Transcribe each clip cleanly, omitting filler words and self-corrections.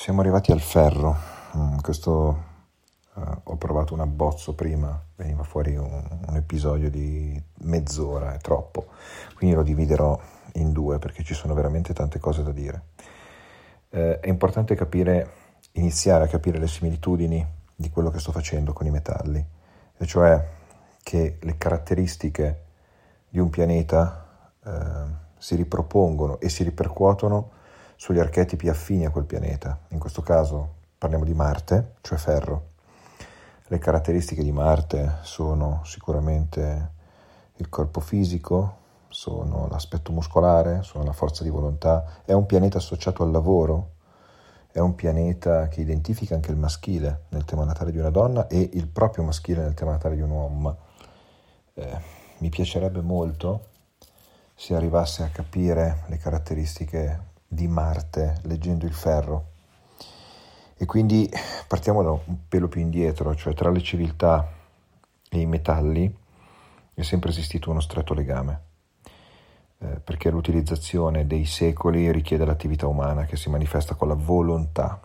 Siamo arrivati al ferro. Ho provato un abbozzo prima, veniva fuori un episodio di mezz'ora, è troppo, quindi lo dividerò in due perché ci sono veramente tante cose da dire. È importante iniziare a capire le similitudini di quello che sto facendo con i metalli, e cioè che le caratteristiche di un pianeta si ripropongono e si ripercuotono sugli archetipi affini a quel pianeta. In questo caso parliamo di Marte, cioè ferro. Le caratteristiche di Marte sono sicuramente il corpo fisico, sono l'aspetto muscolare, sono la forza di volontà. È un pianeta associato al lavoro, è un pianeta che identifica anche il maschile nel tema natale di una donna e il proprio maschile nel tema natale di un uomo. Ma mi piacerebbe molto se arrivasse a capire le caratteristiche di Marte leggendo il ferro. E quindi partiamo da un pelo più indietro, cioè tra le civiltà e i metalli è sempre esistito uno stretto legame, perché l'utilizzazione dei secoli richiede l'attività umana che si manifesta con la volontà,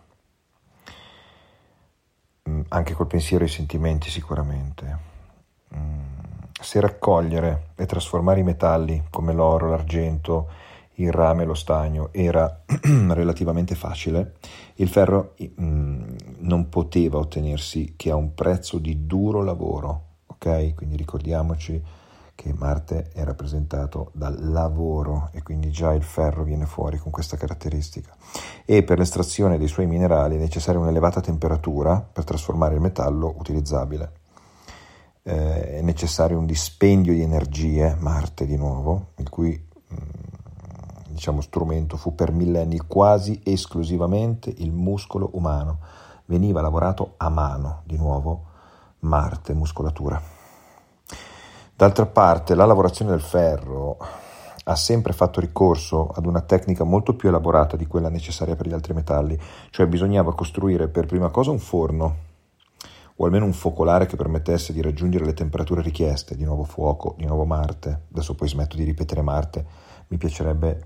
anche col pensiero e i sentimenti sicuramente. Se raccogliere e trasformare i metalli come l'oro, l'argento, il rame e lo stagno era relativamente facile, il ferro non poteva ottenersi che a un prezzo di duro lavoro, ok? Quindi ricordiamoci che Marte è rappresentato dal lavoro e quindi già il ferro viene fuori con questa caratteristica. E per l'estrazione dei suoi minerali è necessaria un'elevata temperatura per trasformare il metallo utilizzabile. È necessario un dispendio di energie, Marte di nuovo, il cui strumento fu per millenni quasi esclusivamente il muscolo umano. Veniva lavorato a mano, di nuovo Marte, muscolatura. D'altra parte, la lavorazione del ferro ha sempre fatto ricorso ad una tecnica molto più elaborata di quella necessaria per gli altri metalli, cioè bisognava costruire per prima cosa un forno, o almeno un focolare che permettesse di raggiungere le temperature richieste, di nuovo fuoco, di nuovo Marte. Adesso poi smetto di ripetere Marte, mi piacerebbe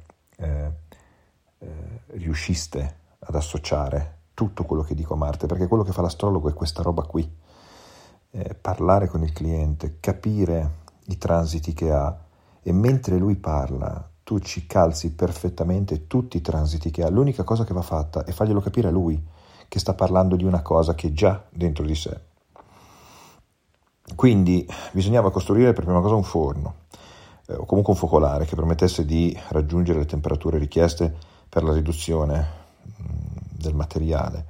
riusciste ad associare tutto quello che dico a Marte, perché quello che fa l'astrologo è questa roba qui, parlare con il cliente, capire i transiti che ha, e mentre lui parla tu ci calzi perfettamente tutti i transiti che ha. L'unica cosa che va fatta è farglielo capire a lui che sta parlando di una cosa che è già dentro di sé. Quindi bisognava costruire per prima cosa un forno, o comunque un focolare che permettesse di raggiungere le temperature richieste per la riduzione del materiale,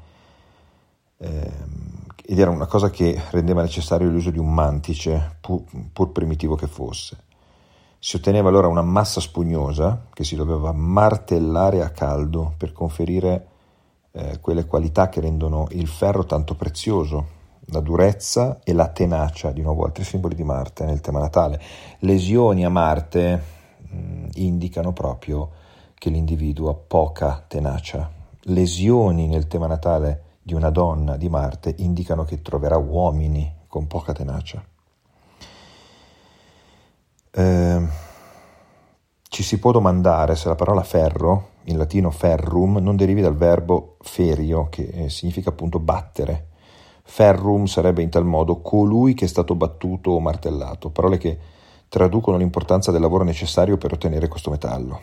ed era una cosa che rendeva necessario l'uso di un mantice, pur primitivo che fosse. Si otteneva allora una massa spugnosa che si doveva martellare a caldo per conferire quelle qualità che rendono il ferro tanto prezioso: la durezza e la tenacia, di nuovo altri simboli di Marte nel tema natale. Lesioni a Marte indicano proprio che l'individuo ha poca tenacia. Lesioni nel tema natale di una donna di Marte indicano che troverà uomini con poca tenacia. Ci si può domandare se la parola ferro, in latino ferrum, non derivi dal verbo ferio, che significa appunto battere. Ferrum sarebbe in tal modo colui che è stato battuto o martellato, parole che traducono l'importanza del lavoro necessario per ottenere questo metallo.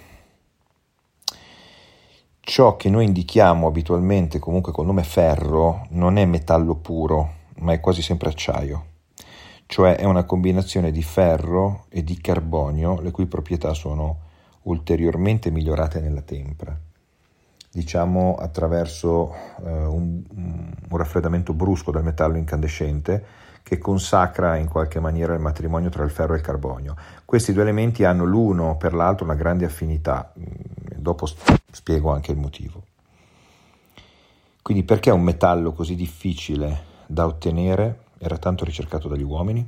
Ciò che noi indichiamo abitualmente comunque col nome ferro non è metallo puro, ma è quasi sempre acciaio, cioè è una combinazione di ferro e di carbonio, le cui proprietà sono ulteriormente migliorate nella tempra, diciamo attraverso un raffreddamento brusco del metallo incandescente che consacra in qualche maniera il matrimonio tra il ferro e il carbonio. Questi due elementi hanno l'uno per l'altro una grande affinità, dopo spiego anche il motivo. Quindi perché un metallo così difficile da ottenere era tanto ricercato dagli uomini?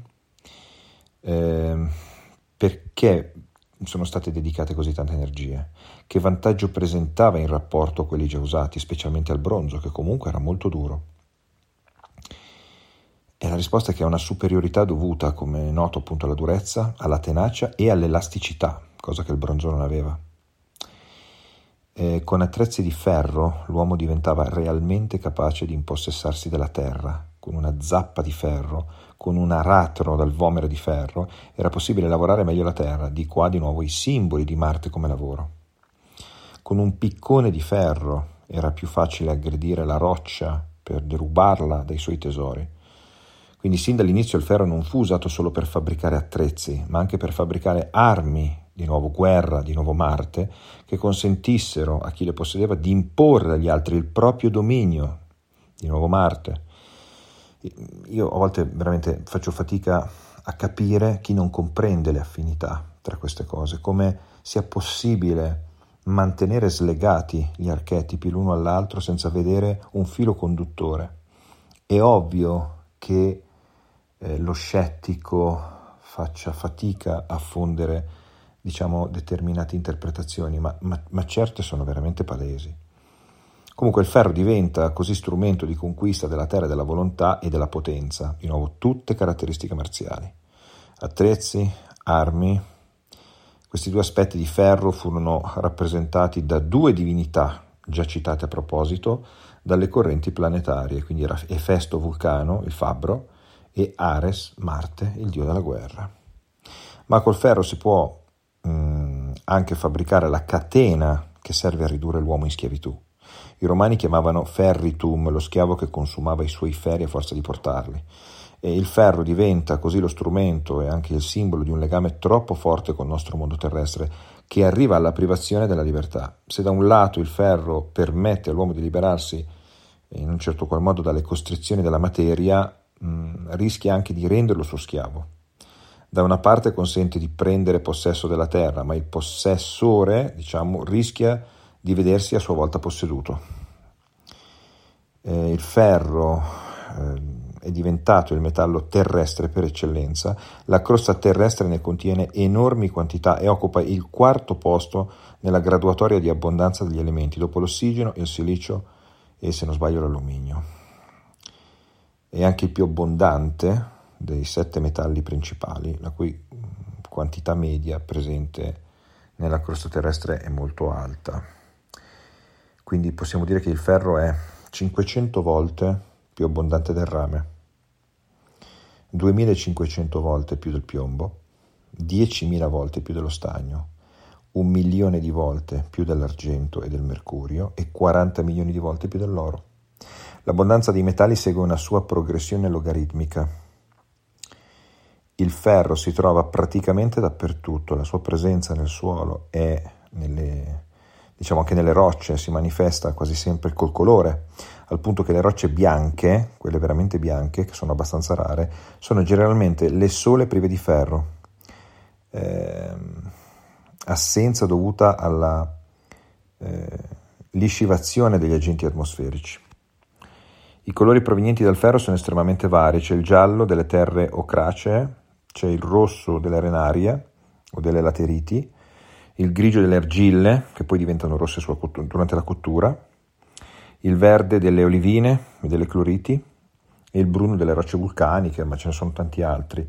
Perché sono state dedicate così tante energie? Che vantaggio presentava in rapporto a quelli già usati, specialmente al bronzo, che comunque era molto duro? E la risposta è che ha una superiorità dovuta, come è noto, appunto alla durezza, alla tenacia e all'elasticità, cosa che il bronzo non aveva. Con attrezzi di ferro l'uomo diventava realmente capace di impossessarsi della terra. Con una zappa di ferro, con un aratro dal vomero di ferro, era possibile lavorare meglio la terra. Di qua di nuovo i simboli di Marte come lavoro. Con un piccone di ferro era più facile aggredire la roccia per derubarla dai suoi tesori. Quindi sin dall'inizio il ferro non fu usato solo per fabbricare attrezzi, ma anche per fabbricare armi, di nuovo guerra, di nuovo Marte, che consentissero a chi le possedeva di imporre agli altri il proprio dominio, di nuovo Marte. Io a volte veramente faccio fatica a capire chi non comprende le affinità tra queste cose, come sia possibile mantenere slegati gli archetipi l'uno all'altro senza vedere un filo conduttore. È ovvio che lo scettico faccia fatica a fondere, diciamo, determinate interpretazioni, ma certe sono veramente palesi. Comunque il ferro diventa così strumento di conquista della terra, della volontà e della potenza, di nuovo tutte caratteristiche marziali. Attrezzi, armi. Questi due aspetti di ferro furono rappresentati da due divinità, già citate a proposito, dalle correnti planetarie, quindi era Efesto Vulcano, il fabbro, e Ares, Marte, il dio della guerra. Ma col ferro si può anche fabbricare la catena che serve a ridurre l'uomo in schiavitù. I romani chiamavano ferritum lo schiavo che consumava i suoi ferri a forza di portarli. E il ferro diventa così lo strumento e anche il simbolo di un legame troppo forte col nostro mondo terrestre che arriva alla privazione della libertà. Se da un lato il ferro permette all'uomo di liberarsi in un certo qual modo dalle costrizioni della materia, rischia anche di renderlo suo schiavo. Da una parte consente di prendere possesso della terra, ma il possessore, diciamo, rischia di vedersi a sua volta posseduto. Il ferro è diventato il metallo terrestre per eccellenza. La crosta terrestre ne contiene enormi quantità e occupa il quarto posto nella graduatoria di abbondanza degli elementi, dopo l'ossigeno, il silicio e, se non sbaglio, l'alluminio. È anche il più abbondante dei 7 metalli principali, la cui quantità media presente nella crosta terrestre è molto alta. Quindi possiamo dire che il ferro è 500 volte più abbondante del rame, 2500 volte più del piombo, 10.000 volte più dello stagno, 1 milione di volte più dell'argento e del mercurio e 40 milioni di volte più dell'oro. L'abbondanza dei metalli segue una sua progressione logaritmica. Il ferro si trova praticamente dappertutto, la sua presenza nel suolo e anche nelle rocce si manifesta quasi sempre col colore, al punto che le rocce bianche, quelle veramente bianche, che sono abbastanza rare, sono generalmente le sole prive di ferro, assenza dovuta alla liscivazione degli agenti atmosferici. I colori provenienti dal ferro sono estremamente vari, c'è il giallo delle terre ocracee, c'è il rosso delle arenarie o delle lateriti, il grigio delle argille, che poi diventano rosse durante la cottura, il verde delle olivine e delle cloriti e il bruno delle rocce vulcaniche, ma ce ne sono tanti altri.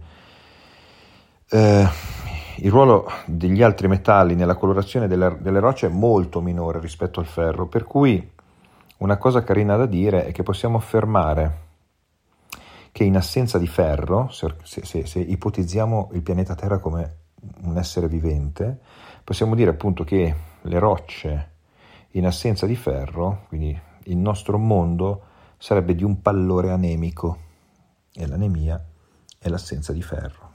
Il ruolo degli altri metalli nella colorazione delle rocce è molto minore rispetto al ferro, per cui una cosa carina da dire è che possiamo affermare che in assenza di ferro, se ipotizziamo il pianeta Terra come un essere vivente, possiamo dire appunto che le rocce in assenza di ferro, quindi il nostro mondo, sarebbe di un pallore anemico e l'anemia è l'assenza di ferro.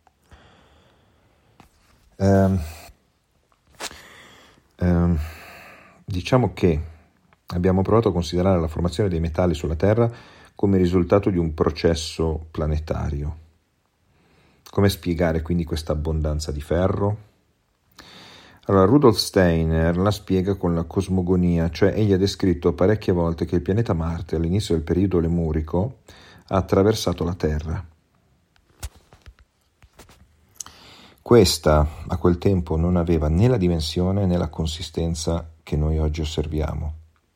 Diciamo che abbiamo provato a considerare la formazione dei metalli sulla Terra come risultato di un processo planetario. Come spiegare quindi questa abbondanza di ferro? Allora, Rudolf Steiner la spiega con la cosmogonia, cioè egli ha descritto parecchie volte che il pianeta Marte all'inizio del periodo lemurico ha attraversato la Terra. Questa a quel tempo non aveva né la dimensione né la consistenza che noi oggi osserviamo.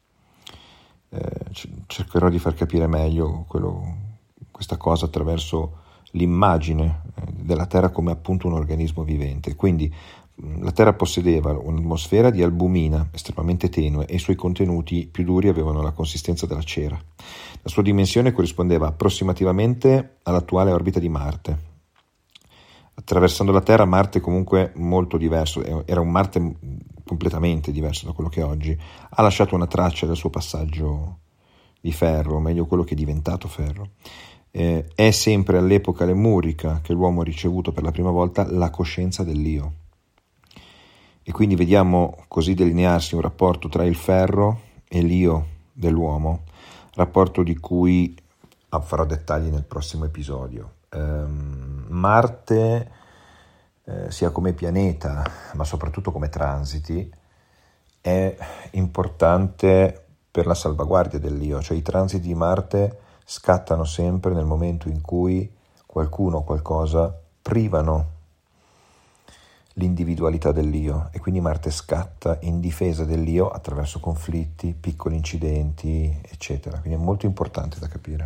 Cercherò di far capire meglio questa cosa attraverso l'immagine della Terra come appunto un organismo vivente. Quindi La Terra possedeva un'atmosfera di albumina estremamente tenue e i suoi contenuti più duri avevano la consistenza della cera. La sua dimensione corrispondeva approssimativamente all'attuale orbita di Marte. Attraversando la Terra, Marte è comunque molto diverso, era un Marte completamente diverso da quello che è oggi. Ha lasciato una traccia del suo passaggio di ferro, o meglio quello che è diventato ferro. È sempre all'epoca lemurica che l'uomo ha ricevuto per la prima volta la coscienza dell'io. E quindi vediamo così delinearsi un rapporto tra il ferro e l'io dell'uomo, rapporto di cui farò dettagli nel prossimo episodio. Marte, sia come pianeta, ma soprattutto come transiti, è importante per la salvaguardia dell'io, cioè i transiti di Marte scattano sempre nel momento in cui qualcuno o qualcosa privano l'individualità dell'io, e quindi Marte scatta in difesa dell'io attraverso conflitti, piccoli incidenti, eccetera. Quindi è molto importante da capire.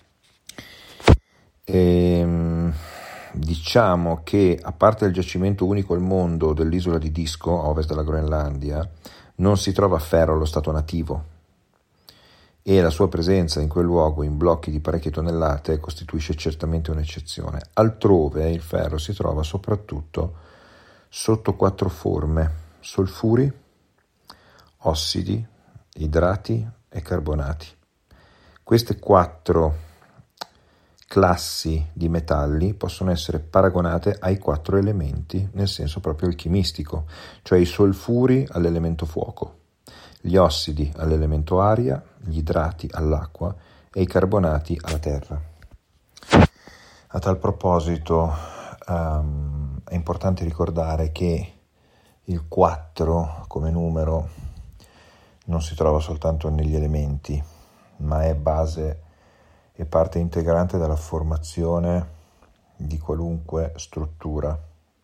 Diciamo che, a parte il giacimento unico al mondo dell'isola di Disco a ovest della Groenlandia, non si trova ferro allo stato nativo, e la sua presenza in quel luogo in blocchi di parecchie tonnellate costituisce certamente un'eccezione. Altrove il ferro si trova soprattutto sotto 4 forme: solfuri, ossidi, idrati e carbonati. Queste 4 classi di metalli possono essere paragonate ai 4 elementi nel senso proprio alchimistico, cioè i solfuri all'elemento fuoco, gli ossidi all'elemento aria, gli idrati all'acqua e i carbonati alla terra. A tal proposito è importante ricordare che il 4 come numero non si trova soltanto negli elementi, ma è base e parte integrante della formazione di qualunque struttura.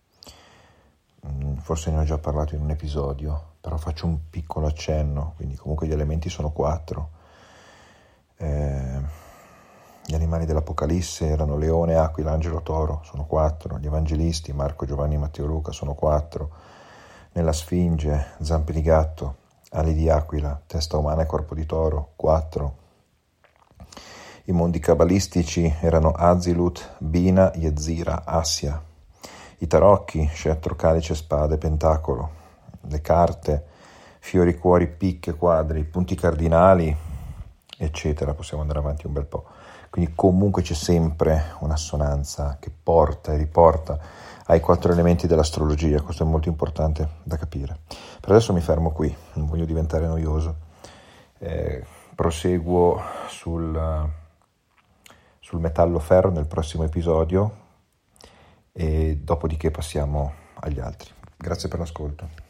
Forse ne ho già parlato in un episodio, però faccio un piccolo accenno. Quindi comunque gli elementi sono 4. Gli animali dell'Apocalisse erano leone, aquila, angelo, toro, sono 4. Gli evangelisti, Marco, Giovanni, Matteo, Luca, sono 4. Nella Sfinge, zampe di gatto, ali di aquila, testa umana e corpo di toro, 4. I mondi cabalistici erano Azilut, Bina, Yetzira, Assia. I tarocchi, scettro, calice, spade, pentacolo. Le carte, fiori, cuori, picche, quadri, punti cardinali, eccetera. Possiamo andare avanti un bel po'. Quindi comunque c'è sempre un'assonanza che porta e riporta ai 4 elementi dell'astrologia. Questo è molto importante da capire. Per adesso mi fermo qui, non voglio diventare noioso. Proseguo sul metallo ferro nel prossimo episodio, e dopodiché passiamo agli altri. Grazie per l'ascolto.